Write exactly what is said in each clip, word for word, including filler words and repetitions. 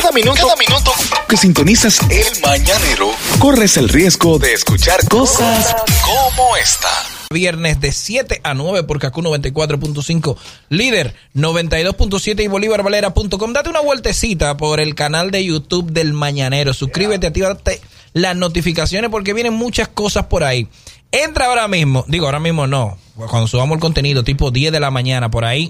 Cada minuto, cada minuto que sintonizas el Mañanero, corres el riesgo de escuchar cosas como esta. Viernes de siete a nueve por Kaku noventa y cuatro punto cinco, líder noventa y dos punto siete y bolívar valera punto com. Date una vueltecita por el canal de YouTube del Mañanero. Suscríbete, actívate las notificaciones porque vienen muchas cosas por ahí. Entra ahora mismo, digo ahora mismo no, cuando subamos el contenido tipo diez de la mañana por ahí.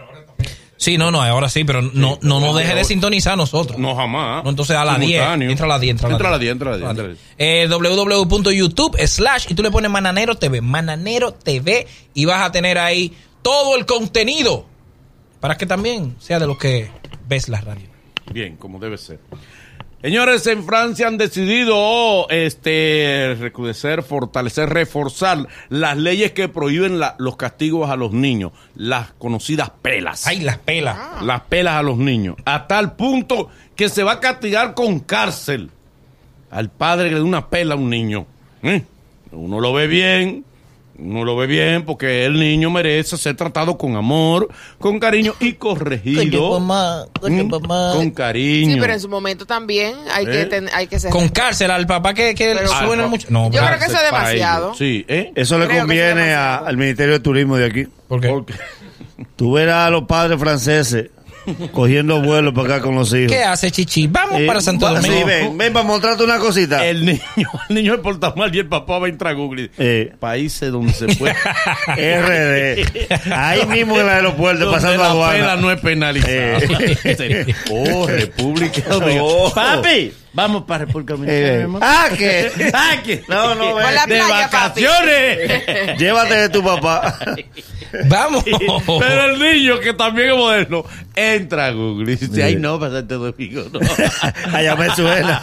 Sí, no, no, ahora sí, pero no no nos deje de sintonizar nosotros. No, jamás. No, entonces a las diez. Entra a las diez. Entra a las diez, entra a las diez. Eh, doble u doble u doble u punto youtube slash y tú le pones Mananero T V, Mananero T V y vas a tener ahí todo el contenido para que también sea de lo que ves la radio. Bien, como debe ser. Señores, en Francia han decidido este recrudecer, fortalecer, reforzar las leyes que prohíben la, los castigos a los niños, las conocidas pelas. ¡Ay, las pelas! Ah. Las pelas a los niños, a tal punto que se va a castigar con cárcel al padre que le dé una pela a un niño. ¿Eh? Uno lo ve bien, uno lo ve bien porque el niño merece ser tratado con amor, con cariño y corregido. Coño, mamá, coño, ¿Mm? mamá. Con cariño. Sí, pero en su momento también hay ¿Eh? que ten, hay que ser con cárcel al papá que, que Pero, suena ah, mucho. No, yo pero- creo que eso es demasiado. Sí, ¿eh? Eso le Creo que conviene eso es a- demasiado. al Ministerio de Turismo de aquí. ¿Por qué? Porque Tú verás a los padres franceses cogiendo vuelo para acá con los hijos. ¿Qué hace, Chichi? Vamos Eh, para Santo va- Domingo. Sí, ven, ven para mostrarte una cosita. el niño, el niño se porta mal y el papá va a entrar a Google y dice, Eh. países donde se puede. R D. Ahí mismo en el aeropuerto, donde pasando la aduana. pela no es penalizada. Eh. Oh, República Dominicana. Oh. Papi, vamos para República Dominicana, mi Eh. amor. Ah, ¿qué? Ah, ¿qué? No, no, Por ven. la de playa, papi. vacaciones. Llévate de tu papá. Vamos. Pero el niño, que también es moderno, entra a Google y dice, ay, no, para Santo Domingo, no. Allá me suena.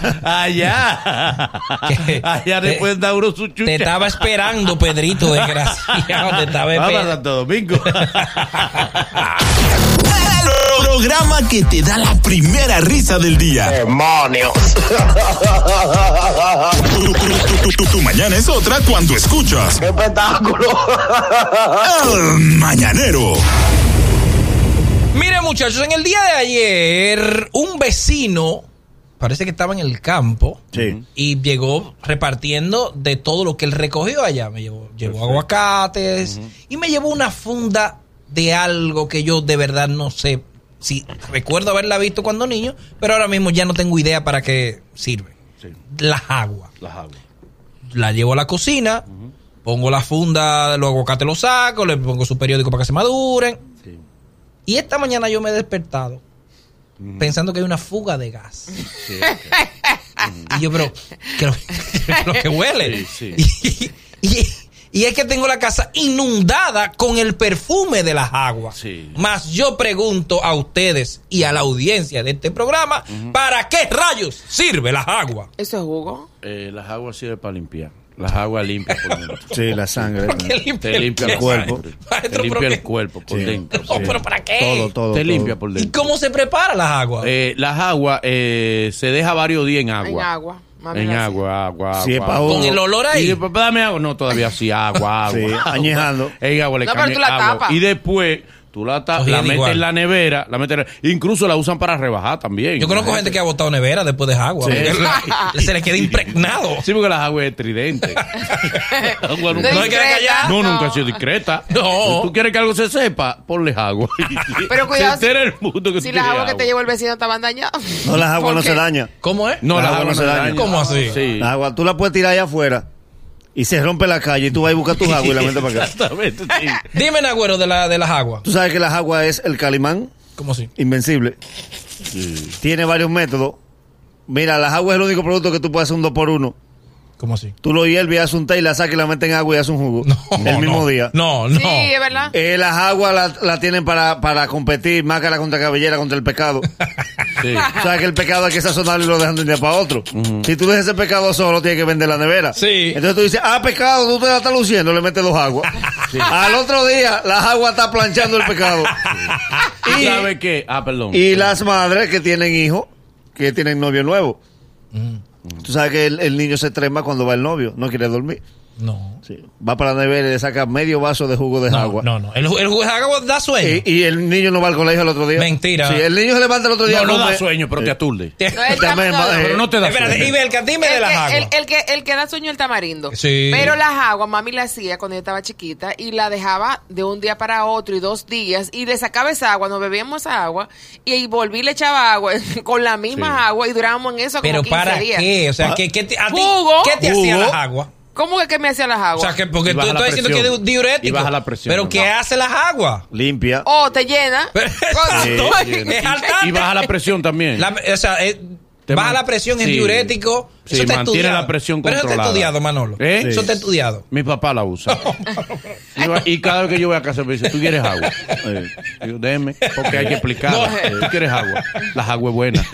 Allá. ¿Qué? Allá Te- le pueden dar uno su chucha. Te estaba esperando, Pedrito, desgraciado. Te estaba Vamos a esperando. Santo Domingo. El programa que te da la primera risa del día. ¡Demonios! Tu, tu, tu, tu, tu mañana es otra cuando escuchas. ¡Qué espectáculo! El Mañanero. Miren, muchachos, en el día de ayer, un vecino, parece que estaba en el campo, Sí. y llegó repartiendo de todo lo que él recogió allá. Me llevó, llevó aguacates, uh-huh. y me llevó una funda de algo que yo de verdad no sé si recuerdo haberla visto cuando niño, pero ahora mismo ya no tengo idea para qué sirve. Sí. Las aguas. Las aguas. La llevo a la cocina, uh-huh. pongo la funda, los aguacates los saco, le pongo su periódico para que se maduren. Sí. Y esta mañana yo me he despertado uh-huh. pensando que hay una fuga de gas. Sí, okay. Y yo, pero, ¿qué es lo que huele? Sí, sí. Y, y, y es que tengo la casa inundada con el perfume de las aguas. Sí. Más yo pregunto a ustedes y a la audiencia de este programa, uh-huh. ¿para qué rayos sirve las aguas? ¿Eso es jugo? Eh, las aguas sirven para limpiar. Las aguas limpias por dentro. Sí, la sangre. Te limpia, Te limpia el cuerpo. Te limpia el cuerpo por Sí. dentro. No, Sí. pero ¿para qué? Todo, todo. Te todo. limpia por ¿Y dentro. cómo se preparan las aguas? Eh, las aguas eh, se deja varios días en agua. En agua. Mami, En la- agua, agua, Sí, es agua. pa' Con jugo. el olor Y ahí. después, dame agua. No, todavía sí, agua, agua. Sí, agua. añejando. En agua le No, pero cambias tú la agua. tapas. Y después tú la, ta- Oye, la metes igual. en la nevera. La metes en la- Incluso la usan para rebajar también. Yo conozco gente que ha botado nevera después de agua. Sí. porque se le queda impregnado. Sí, porque las aguas es tridente. Agua nunca- No hay que callar. No, No. nunca ha sido discreta. No. ¿Tú quieres que algo se sepa? Ponle agua. Pero cuidado, Se entera el mundo que Si tú las tienes aguas que agua. te llevó el vecino estaban dañadas. No, las aguas no ¿Por se qué? dañan. ¿Cómo es? No, Las las aguas aguas no se dañan. ¿Cómo así? Sí. Las aguas tú las puedes tirar allá afuera y se rompe la calle y tú vas y buscas tus aguas y la metes para acá. Exactamente, sí. Dime, Nagüero, de, la, de las aguas. Tú sabes que las aguas es el calimán ¿Cómo así? invencible. Tiene varios métodos. Mira, las aguas es el único producto que tú puedes hacer un dos por uno. ¿Cómo así? Tú lo hierves, haces un té y la sacas y la metes en agua y haces un jugo. No, el mismo no. día. No, no. Sí, es verdad. Eh, las aguas las la tienen para, para competir, máscara contra cabellera, contra el pecado. Sí. O sea que el pecado hay que sazonarlo y lo dejan de un día para otro. Uh-huh. Si tú dejas ese pecado solo, tienes que vender la nevera. Sí. Entonces tú dices, ah, pecado, tú te la estás luciendo, le metes dos aguas. Sí. Al otro día, las aguas está planchando el pecado. ¿Y Y, sabes qué? Ah, perdón. y las madres que tienen hijos, que tienen novio nuevo. Mm. Tú sabes que el, el niño se trema cuando va el novio, no quiere dormir. No. Sí. Va para la nevera y le saca medio vaso de jugo de No, agua. no, no. El, ju- el jugo de agua da sueño. Y, y el niño no va al colegio el otro día. Mentira. Sí, el niño se levanta el otro día. No, no come- da sueño, pero te aturde. Te- No, el También, tamarindo. eh, Pero no te da Espérate, sueño. Ibelka, dime de El las que, aguas. el, el que, el que da sueño el tamarindo. Sí. Pero las aguas, mami la hacía cuando yo estaba chiquita y la dejaba de un día para otro y dos días y le sacaba esa agua, nos bebíamos esa agua y, y volví y le echaba agua con la misma Sí. agua y durábamos en eso como Pero quince ¿para días. qué? O sea, ¿qué, qué te, a ti- Jugo. ¿qué te hacía Jugo. las aguas? ¿Cómo que, que me hacía las O aguas? sea, que porque Y tú baja la estás diciendo que es presión. diurético. Y baja la presión. Pero ¿qué hace las aguas? Limpia. Oh, te llena. Exacto. Sí, Es altante. Y baja la presión también. La- o sea, es- Te baja man- la presión, es sí. diurético. Sí, Eso está mantiene estudiado. la presión Pero eso está controlada. estudiado, Manolo. ¿Eh? Eso Sí. está estudiado. Mi papá la usa. Y va- y cada vez que yo voy a casa me dice, ¿tú quieres agua? Eh, Digo, déjeme, porque hay que explicarla. No. ¿Tú quieres agua? Las aguas es buena.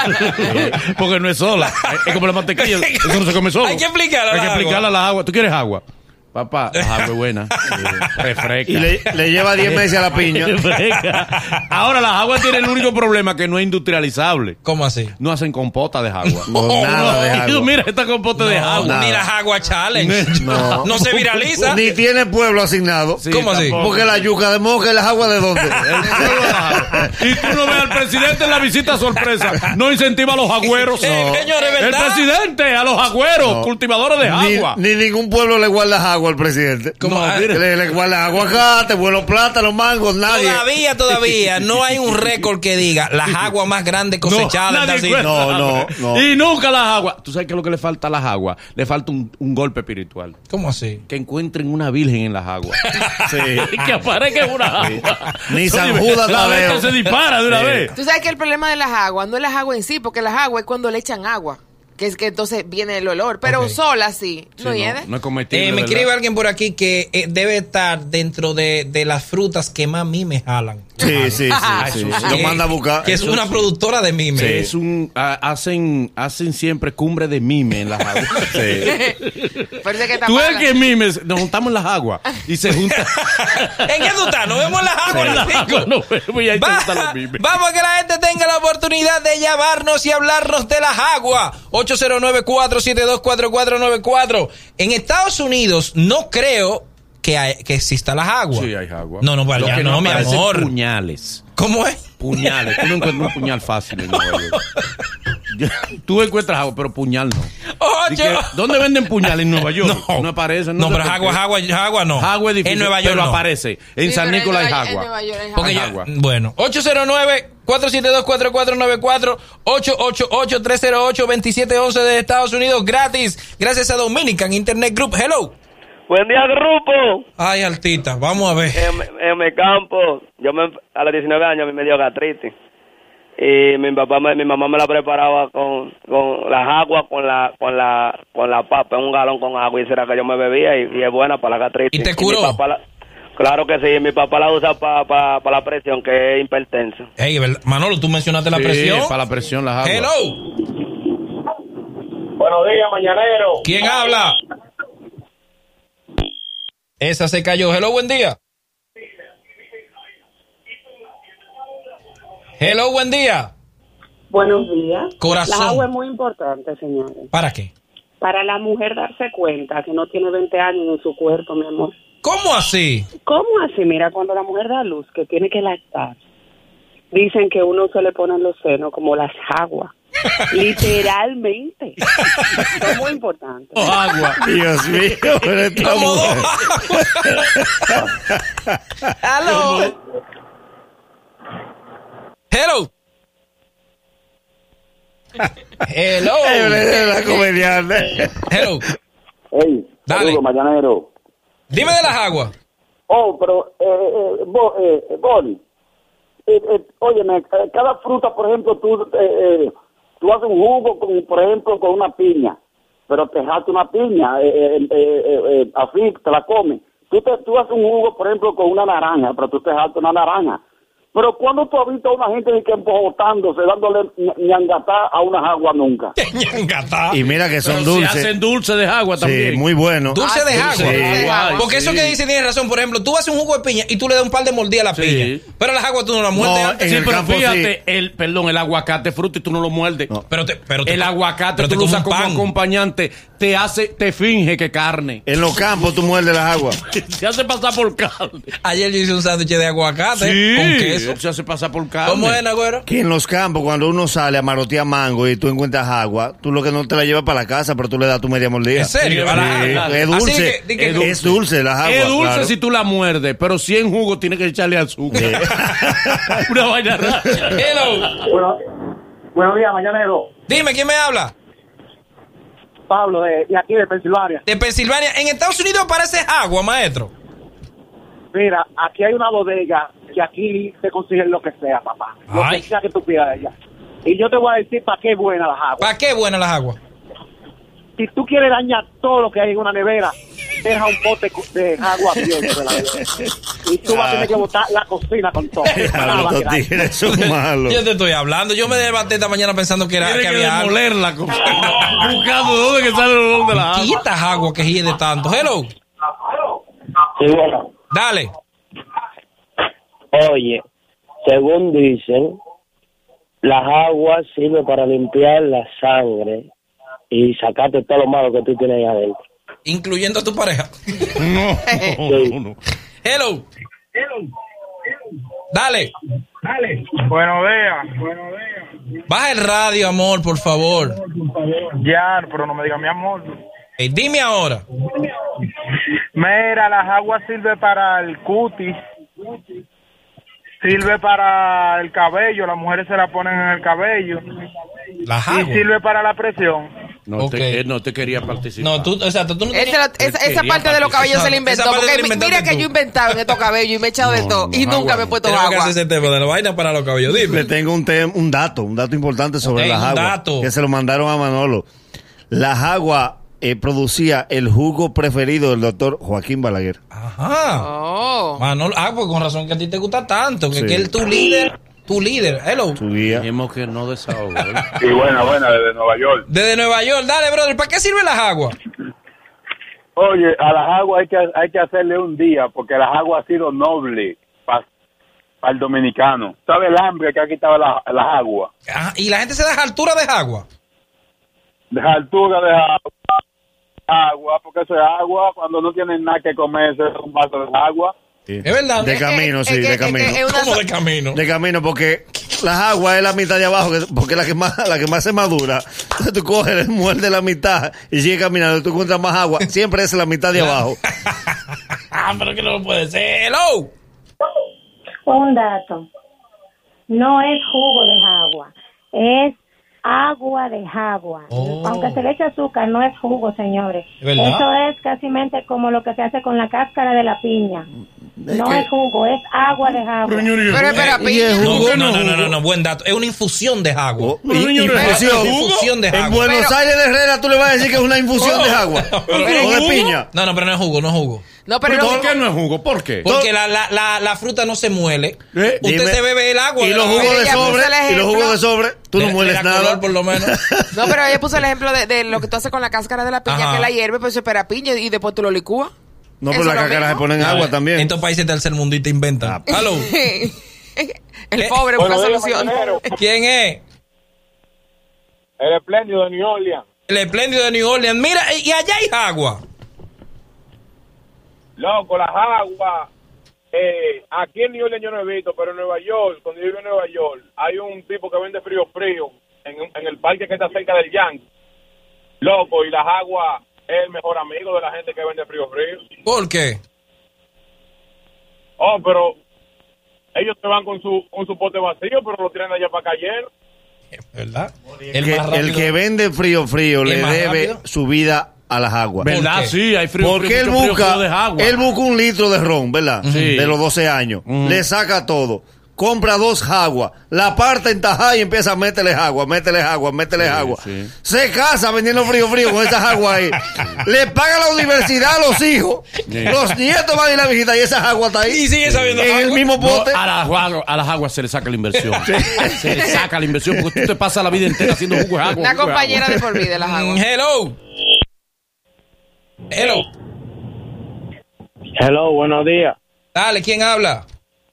Porque no es sola. Es como la mantequilla. Eso no se come solo. Hay que explicarla a Hay que las explicarla a las aguas. ¿Tú quieres agua? Papá, las aguas es buena. Refresca. Y le, le lleva diez meses a la piña. Refresca. Ahora, las aguas tienen el único problema que no es industrializable. ¿Cómo así? No hacen compota de agua. No, nada de Y tú, agua. mira esta compota de No, agua. ni las agua challenge. No. No se viraliza. Ni tiene pueblo asignado. Sí, ¿Cómo así? tampoco. Porque la yuca de moja y las aguas de dónde. El pueblo de las aguas. Y tú no ves al presidente en la visita sorpresa. No incentiva a los agüeros. Eh, señores, El ¿verdad? presidente, a los agüeros, No. cultivadores de Ni, agua. ni ningún pueblo le guarda agua al presidente. ¿Cómo? No, Ah, le, le guarda aguacate, buenos plátanos, mangos, nadie. Todavía, todavía no hay un récord que diga las aguas más grandes cosechadas. No, en tal nadie sitio. cuenta. No, no, no. Y nunca las aguas. ¿Tú sabes qué es lo que le falta a las aguas? Le falta un, un golpe espiritual. ¿Cómo así? Que encuentren una virgen en las aguas. Sí. Que aparezca en una agua. Ni San Oye, Judas la Tadeo. bestia se dispara de una Sí. vez. Tú sabes que el problema de las aguas no es las aguas en sí, porque las aguas es cuando le echan agua. Que es que entonces viene el olor. Pero Ok. sola sí, Sí, no viene. no es comestible. Eh, me ¿verdad? escribe alguien por aquí que eh, debe estar dentro de, de las frutas que más mimes jalan. Sí, sí, sí. sí. eso sí. Lo manda a buscar. Que es Eso una sí. productora de mimes. Sí, es un ah, hacen hacen siempre cumbre de mime en las aguas. Parece que está Tú ves mala. que mimes nos juntamos en las aguas y se juntan ¿En qué tú estás? Nos vemos en las aguas. en a las las cinco. aguas, no vemos y ahí se Va- juntan los mimes. vamos a que la gente tenga la oportunidad de llamarnos y hablarnos de las aguas. ocho cero nueve, cuatro siete dos, cuatro cuatro nueve cuatro. En Estados Unidos no creo que, hay- que exista las aguas. Sí, hay agua. No, no, vale, Lo ya que no, mi aparecen amor. puñales. ¿Cómo es? Puñales. Tú no encuentras un puñal fácil en Nueva York. Yo- Tú encuentras agua, pero puñal no. Ocho. Di que, ¿dónde venden puñal en Nueva York? No. No aparece. No, sé pero por agua, qué. agua, agua no. Agua es difícil, En Nueva York pero no. aparece. En Sí, San pero en Nicolás hay Nueva- en agua. Nueva York hay Porque Hay yo, agua. bueno, ocho cero nueve, cuatro siete dos, cuatro cuatro nueve cuatro, ocho ocho ocho, tres cero ocho, dos siete uno uno de Estados Unidos, gratis, gracias a Dominican Internet Group. Hello. Buen día, grupo. Ay, Altita, vamos a ver. En, en mi campo, yo me, a los diecinueve años a mí me dio gastritis. Y mi papá, me, mi mamá me la preparaba con, con las aguas, con la, con la, con la papa, en un galón con agua, y esa era que yo me bebía, y, y es buena para la gastritis. ¿Y te mi curó? papá la- claro que sí, mi papá la usa para pa, pa la presión, que es hipertensa. Hey, ¿verdad? Manolo, tú mencionaste la Sí, presión. para la presión las aguas. Hello. Buenos días, mañanero. ¿Quién habla? Esa se cayó. Hello, buen día. Hello, buen día. Buenos días. Corazón. La agua es muy importante, señores. ¿Para qué? Para la mujer darse cuenta que no tiene veinte años en su cuerpo, mi amor. ¿Cómo así? ¿Cómo así? Mira, cuando la mujer da luz, que tiene que lactar, dicen que uno se le pone en los senos como las aguas. Literalmente. Es muy importante. Oh, agua. Dios mío, pero esta Como mujer. dos. Hello. Hello. Hello. Es la comediante. Hello. Hey, Dale. saludos, mañanero. Dime de las aguas. Oh, pero, eh, eh, Bo- eh, Boni, eh, eh, óyeme, eh, cada fruta, por ejemplo, tú, eh, eh, tú haces un jugo, con, por ejemplo, con una piña, pero te jalta una piña, eh, eh, eh, eh, eh, así te la comes. Tú, te, tú haces un jugo, por ejemplo, con una naranja, pero tú te jaltas una naranja. Pero cuando tú has visto a una gente de que embotándose, dándole ñangatá a unas aguas nunca. Ñangatá. Y mira que son Pero si dulces. hacen dulce de agua también. Sí, muy bueno. Dulce de Ah, agua. sí, dulce de agua. Porque eso Sí. que dice tiene razón. Por ejemplo, tú haces un jugo de piña y tú le das un par de mordidas a la Sí. piña. Pero las aguas tú no las muerdes No, antes. en Sí, el pero campo fíjate, el, perdón, el aguacate es fruta y tú no lo muerdes. No. Pero te, pero te- El aguacate pero te tú lo comes usas un como pan. acompañante. te hace, te finge que carne. En los campos tú muerdes las aguas. Se hace pasar por carne. Ayer yo hice un sándwich de aguacate Sí, con queso. se hace pasar por carne. ¿Cómo es, Nagüero? Que en los campos, cuando uno sale a marotear mango y tú encuentras agua, tú lo que no te la llevas para la casa, pero tú le das tu media mordida. ¿En serio? Sí, A la- sí, a la- es Así dulce. que- que- es, que- es dulce las aguas. Es dulce claro. si tú la muerdes, pero si en jugo tienes que echarle azúcar. Una vaina rara. Hello. Bueno, buenos días, mañanero. Dime, ¿quién me habla? Pablo, de, de aquí de Pensilvania. De Pensilvania. En Estados Unidos aparece agua, maestro. Mira, aquí hay una bodega que aquí se consigue lo que sea, papá. Lo Ay. que sea que tú pidas de ella. Y yo te voy a decir para qué es buena las aguas. ¿Para qué buenas las aguas? Si tú quieres dañar todo lo que hay en una nevera, deja un bote de agua abierto de la nevera. Y tú vas a tener que botar la cocina con todo. Diablo, estos tigres son malos. Yo te estoy hablando. Yo me levanté esta mañana pensando que era Tiene que que había agua. demolerla. con- Buscando dónde que sale el olor de la agua. Quitas agua que hiede tanto. Hello. Sí, bueno. Dale. Oye, según dicen, las aguas sirven para limpiar la sangre y sacarte todo lo malo que tú tienes ahí adentro. Incluyendo a tu pareja. No, no, no. Hello. Dale. Buenos días. Buenos días. Baja el radio, amor, por favor. Ya, pero no me diga mi amor. Ey, dime ahora. Mira, las aguas sirven para el cutis. Sirve para el cabello. Las mujeres se la ponen en el cabello. Las Y aguas. sirve para la presión. No, Ok. te, él no te quería participar. No, tú, exacto, tú no Esa, tenías... esa, esa quería parte de los cabellos se la inventó. Esa parte Porque te la mi- inventaste mira que tú. yo he inventado en estos cabellos y me he echado de No, todo. no, y nunca agua me he no. puesto Tenemos que agua. hacer ese tema de la vaina para los cabellos. Le Dime. tengo un, tem- un dato, un dato importante sobre Ok, las un aguas. dato. Que se lo mandaron a Manolo. Las aguas eh, producía el jugo preferido del doctor Joaquín Balaguer. Ajá. Oh. Manolo, ah, pues con razón que a ti te gusta tanto. Que, Sí. que él tu líder, tu líder. Hello. Su guía. Dijimos que no desahogo. ¿verdad? Sí, buena, buena, desde Nueva York. Desde Nueva York. Dale, brother. ¿Para qué sirven las aguas? Oye, a las aguas hay que, hay que hacerle un día, porque las aguas ha sido noble para el dominicano. ¿Sabe el hambre que ha quitado la- las aguas? Ah, y la gente se deja altura de agua. De altura de agua, agua, porque eso es agua. Cuando no tienen nada que comer, eso es un vaso de agua. Sí. Es verdad. De Es camino, Es sí, que- de es que- camino. es una ¿Cómo so- de camino? De camino, porque las aguas es la mitad de abajo, que- porque la que más la que más se madura. Entonces tú coges, muerdes la mitad y sigues caminando. Tú encuentras más agua. Siempre es la mitad de abajo. Ah, pero que no puede ser. Hello. Un dato. No es jugo de agua, es agua de agua. Oh. Aunque se le eche azúcar, no es jugo, señores. ¿Es verdad? Eso es casi como lo que se hace con la cáscara de la piña. No que- es jugo, es agua de agua. Pero espera, Y es piña. No, jugo, no, no, no, jugo. no, no, buen dato. Es una infusión de agua. Oh, y- infusión. Infusión de En agua. Buenos Pero- Aires de Herrera tú le vas a decir que es una infusión de agua. Pero- O de piña. No, no, pero no es jugo, no es jugo. No, pero ¿Por lo- qué no es jugo? ¿Por qué? Porque la, la, la, la fruta no se muele. Eh, Usted dime. se bebe el agua. Y de los la- jugos Pero de ella puso sobre, el y los ejemplo. jugos de sobre, tú no Le- le mueles da nada. color, por lo menos. No, pero ella puso el ejemplo de, de lo que tú haces con la cáscara de la piña, Ajá. que la hierve, pues eso espera piña y después tú lo licúas. No, Eso pero es las lo cácaras se mismo. ponen agua también. En estos países tercermundistas inventan. Hello. El Eh, pobre busca Buenos días, solución. mañanero. ¿Quién es? El espléndido de New Orleans. El espléndido de New Orleans. Mira, y allá hay agua. Loco, las aguas. Eh, aquí en New Orleans yo no he visto, pero en Nueva York, cuando yo vivo en Nueva York, hay un tipo que vende frío frío en, un- en el parque que está cerca del Yankee. Loco, y las aguas es el mejor amigo de la gente que vende frío frío. ¿Por qué? Oh, pero ellos se van con su con su pote vacío, pero lo tiran allá para acá lleno. ¿Verdad? El que, más el rápido. que vende frío frío ¿El le más debe rápido? su vida a las aguas. ¿Verdad? qué? Sí, hay frío. Porque frío, él mucho frío, busca, frío de agua. él busca un litro de ron, ¿verdad? Sí. De los doce años. Le saca todo. Compra dos aguas, la parte en tajá y empieza a meterle agua, métele agua, métele agua. sí. Se casa vendiendo frío frío con esas aguas ahí. Le paga la universidad a los hijos. Sí. Los nietos van a ir a la visita y esas aguas está ahí. Y sigue sabiendo en el agua. mismo No, pote. a, las aguas, a las aguas se le saca la inversión. Se le saca la inversión porque tú te pasas la vida entera haciendo jugo de agua. Una jugo de compañera agua. de por vida, las Mm, aguas. Hello. Hello. Hello, buenos días. Dale, ¿quién habla?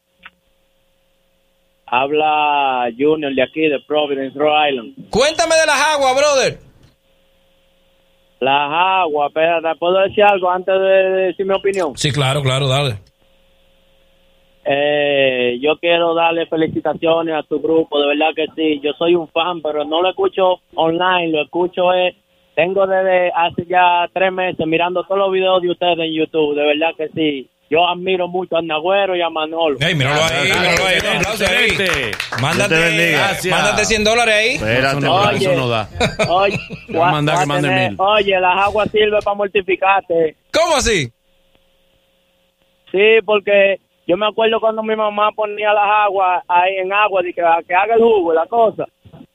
Habla Junior de aquí, de Providence, Rhode Island. Cuéntame de las aguas, brother. Las aguas, espérate, ¿puedo decir algo antes de decir mi opinión? Sí, claro, claro, dale. Eh, yo quiero darle felicitaciones a tu grupo, de verdad que sí. Yo soy un fan, pero no lo escucho online, lo escucho eh, tengo desde hace ya tres meses mirando todos los videos de ustedes en YouTube, de verdad que sí. Yo admiro mucho a Nagüero y a Manolo. Hey, míralo ahí, míralo ahí, un aplauso ahí. Mándate, mándate cien dólares ahí. Espérate, Oye, eso no da. Oye, Te voy a mandar que mande tener- mil. oye, las aguas sirven para mortificarte. ¿Cómo así? Sí, porque yo me acuerdo cuando mi mamá ponía las aguas ahí en agua, de que, que haga el jugo y la cosa.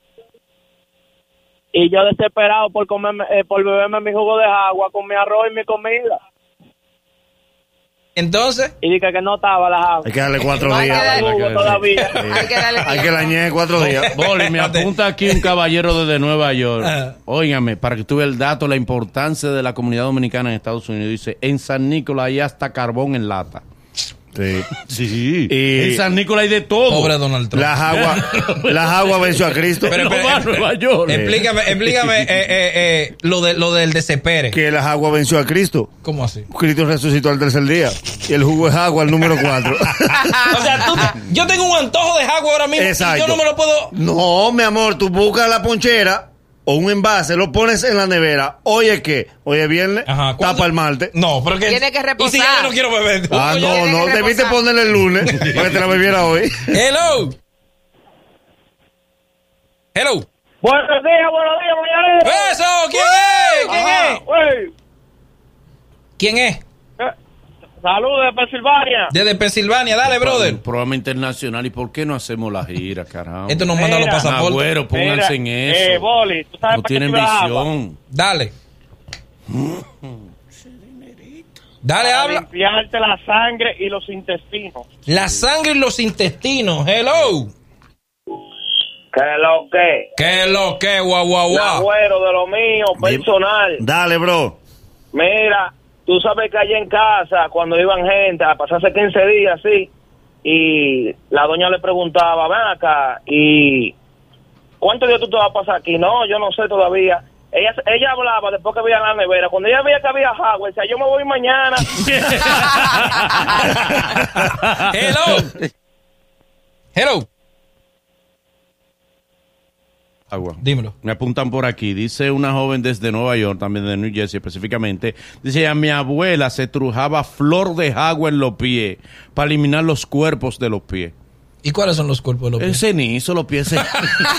Y yo desesperado por comerme, eh, por beberme mi jugo de agua con mi arroz y mi comida. Entonces. Y dije que no estaba las aguas. Hay que darle cuatro Hay días. que darle jugo todavía. Hay que darle Hay que la añadir cuatro días. Boli, me apunta aquí un caballero desde Nueva York. Óigame, para que tú veas el dato, la importancia de la comunidad dominicana en Estados Unidos. Dice, en San Nicolás hay hasta carbón en lata. Sí. Sí. Y en San Nicolás hay de todo. Pobre Donald Trump. las aguas, las aguas venció a Cristo. Pero, No pero, va a Nueva York. Explícame, explícame eh, eh, eh, lo, de, lo del desespere. Que las aguas venció a Cristo. ¿Cómo así? Cristo resucitó al tercer día. Y el jugo es agua, el número cuatro. O sea, tú, yo tengo un antojo de agua ahora mismo Exacto. y yo no me lo puedo... No, mi amor, tú buscas la ponchera o un envase, lo pones en la nevera. Oye, ¿qué? Oye, viernes, Ajá, ¿cuándo? tapa el martes. No, pero que... Tiene que reposar. Y si ya yo no quiero beber. Ah, Yo- no, tiene no, que debiste reposar. ponerle el lunes para que te la bebiera hoy. Hello. Hello. Buenos días, buenos días, mañanero. Eso, ¿quién es? ¿Quién Ajá, es? güey. ¿Quién es? Eh, Saludos de Pensilvania. Desde Pensilvania, dale, brother. Un programa internacional. ¿Y por qué no hacemos la gira, caramba? Esto nos manda los Mira. pasaportes. Agüero, pónganse en Mira, eso. Eh, Boli, ¿tú sabes No para qué tienen sirve la agua? visión. Dale. Dale, Para habla. limpiarte la sangre y los intestinos. La sangre y los intestinos. Hello. ¿Qué es lo que? ¿Qué es lo que, guau, guau, guau? Agüero de lo mío, personal. Dale, bro. Mira, tú sabes que allá en casa, cuando iban gente a pasarse quince días, sí, y la doña le preguntaba, ven acá, ¿y cuántos días tú te vas a pasar aquí? No, yo no sé todavía. Ella ella hablaba después que veía la nevera. Cuando ella veía que había agua, decía, yo me voy mañana. Hello. Hello. Agua. Dímelo. Me apuntan por aquí. Dice una joven desde Nueva York, también de New Jersey específicamente. Dice, a mi abuela se trujaba flor de agua en los pies para eliminar los cuerpos de los pies. ¿Y cuáles son los cuerpos de los El pies? cenizo, los pies. se-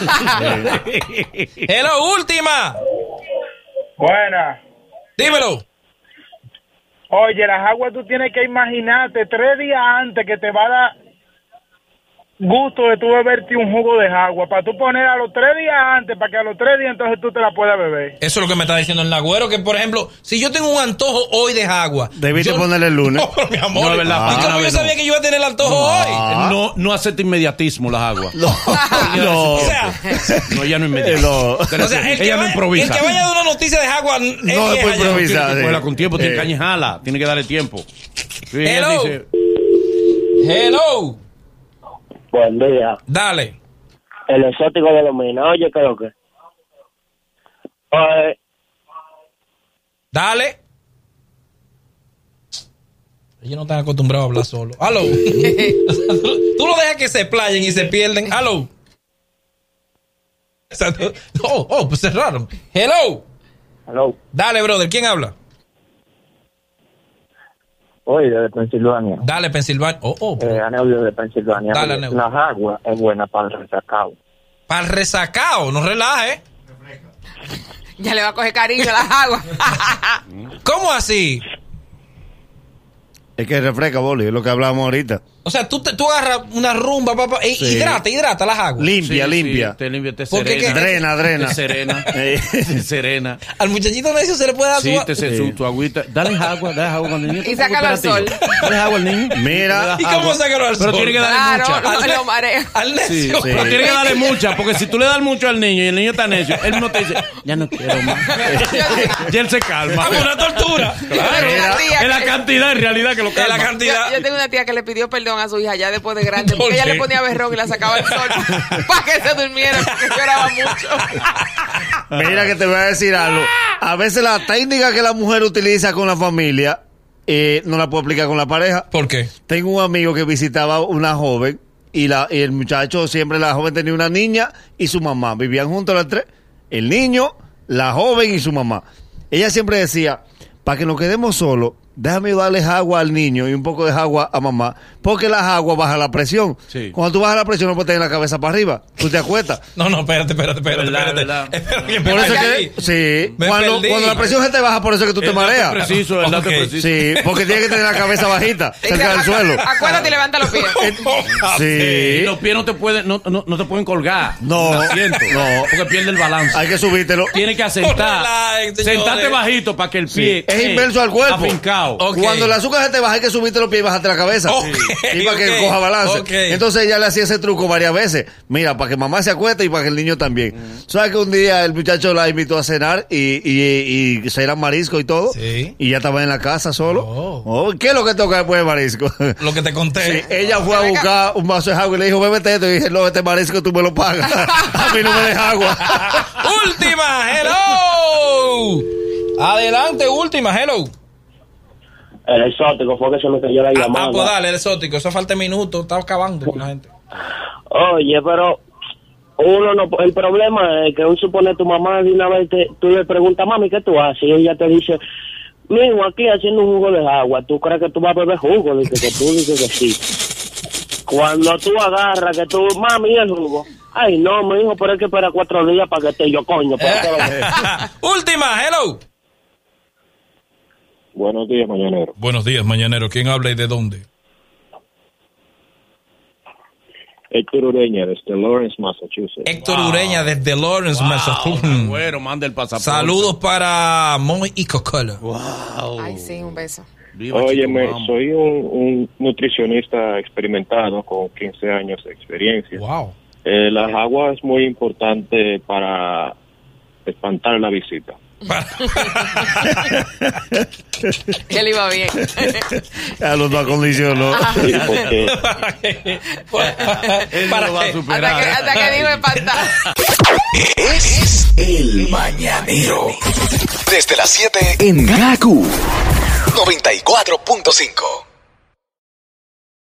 Hello, última. Buena. Dímelo. Oye, las aguas tú tienes que imaginarte tres días antes que te va a dar gusto de tú beberte un jugo de agua, para tú poner a los tres días antes, para que a los tres días entonces tú te la puedas beber. Eso es lo que me está diciendo el Nagüero, que por ejemplo, si yo tengo un antojo hoy de agua... Debiste yo- ponerle el lunes. No, pero mi amor. No, es verdad, ¿Y para cómo una yo vez sabía no. que yo iba a tener el antojo hoy? No, no acepta inmediatismo las aguas. No, no. O sea, No, ella no inmediata. No. o sea, el que, ella no vaya, improvisa. el que vaya de una noticia de agua... es No, vieja después ya. improvisa. Tiene que sí. cogerla con tiempo, tiene Eh. que añejarla, tiene que darle tiempo. Sí, ella Hello. dice, Hello. Buen día. Dale. El exótico de los minas. Oye, creo que. Oye, Dale. Ellos no están acostumbrados a hablar solo. Aló. tú, tú lo dejas que se playen y se pierden. Aló. O sea, tú- Oh, oh, pues cerraron. Hello. hello. Dale, brother. ¿Quién habla? Oye, de Pensilvania. Dale, Pensilvania. Oh, oh. Eh, Aneulio de Pensilvania. Dale, Oye, Aneulio. las aguas es buena para el resacado. Para el resacao. No relaje. Ya le va a coger cariño a las aguas. ¿Cómo así? Es que refresca, Boli, es lo que hablábamos ahorita. O sea, tú, te, tú agarras una rumba, papá, y Sí. hidrata, hidrata las aguas. Limpia, sí, limpia. sí, te limpia, te Porque serena. que- Drena, drena. Te serena. Eh. Te serena. Al muchachito necio se le puede dar Sí, su... te se, su, tu agüita. Dale agua, dale agua al niño. Y sácalo al sol. Dale agua al niño. Mira. ¿Y cómo sácalo al Pero sol? tiene que darle Claro, mucha. no, lo marea. Al necio. Sí, Sí. pero tiene que darle mucha, porque si tú le das mucho al niño y el niño está necio, él no te dice, ya no quiero más. Ya él se calma. Ah, una tortura. Claro, Una tía es la que- cantidad en realidad que lo Es calma. la cantidad. Yo, yo tengo una tía que le pidió perdón a su hija ya después de grande, ¿Por porque ella qué? le ponía berrón y la sacaba al sol para que se durmiera, porque lloraba mucho. Mira que te voy a decir algo. A veces la técnica que la mujer utiliza con la familia eh, no la puedo aplicar con la pareja. ¿Por qué? Tengo un amigo que visitaba una joven y, la, y el muchacho, siempre la joven tenía una niña y su mamá. Vivían juntos las tres. El niño, la joven y su mamá. Ella siempre decía, para que nos quedemos solos, déjame darles agua al niño y un poco de agua a mamá, porque las aguas bajan la presión. Sí. Cuando tú bajas la presión no puedes tener la cabeza para arriba, tú te acuestas. No, no, espérate, espérate, espérate. Verdad, espérate. verdad. espérate. Por eso es que, sí, cuando, cuando la presión se te baja, por eso es que tú te mareas. Preciso, el dato Okay. preciso. Sí, porque tienes que tener la cabeza bajita, cerca del suelo. Acuérdate y levanta los pies. Sí. Y los pies no te pueden, no, no, no te pueden colgar. No, Asiento, no. Porque pierde el balance. Hay que subírtelo. Tienes que asentar. Relax, señores. Sentarte bajito para que el pie Es eh, inverso al cuerpo. afincao. Ok. Cuando el azúcar se te baja, hay que subirte los pies y bajarte la cabeza. Ok, Y para que ok, coja balance. ok. Entonces ella le hacía ese truco varias veces. Mira, para que mamá se acueste y para que el niño también. ¿Sabes que un día el muchacho la invitó a cenar y, y, y se eran marisco y todo? Sí. Y ya estaba en la casa solo. Oh. Oh, ¿qué es lo que toca después de marisco? Lo que te conté. Sí, ella fue a buscar un vaso de agua y le dijo, bébete esto. Y dije, no, este marisco tú me lo pagas. A mí no me dejas agua. Última, hello. Adelante, última, hello. El exótico fue que se me cayó la Ah, llamada. ah, pues dale, el exótico. Eso falta minutos. Está acabando con la gente. Oye, pero uno no, el problema es que un supone tu mamá de una vez te, tú le preguntas, mami, ¿qué tú haces? Y ella te dice, mijo, aquí haciendo un jugo de agua. ¿Tú crees que tú vas a beber jugo? Dice que tú dices que sí. Cuando tú agarras que tú, mami, el jugo. Ay, no, mi hijo, pero hay que esperar cuatro días para que esté yo, coño. Para que lo... Última, hello. Buenos días, mañanero. Buenos días, mañanero. ¿Quién habla y de dónde? Héctor Ureña, desde Lawrence, Massachusetts. Héctor wow. Ureña, desde Lawrence, wow. Massachusetts. Bueno, manda el pasaporte. Saludos para Moy y Coca-Cola. Wow. Ay, sí, un beso. Óyeme, soy un, un nutricionista experimentado con quince años de experiencia. Wow. Eh, las aguas es muy importante para espantar la visita. Él iba bien. A los dos acondicionó. Sí, porque... Él no lo va a superar. Hasta que, hasta que digo espantar. Es el mañanero. Desde las siete en Gaku noventa y cuatro punto cinco.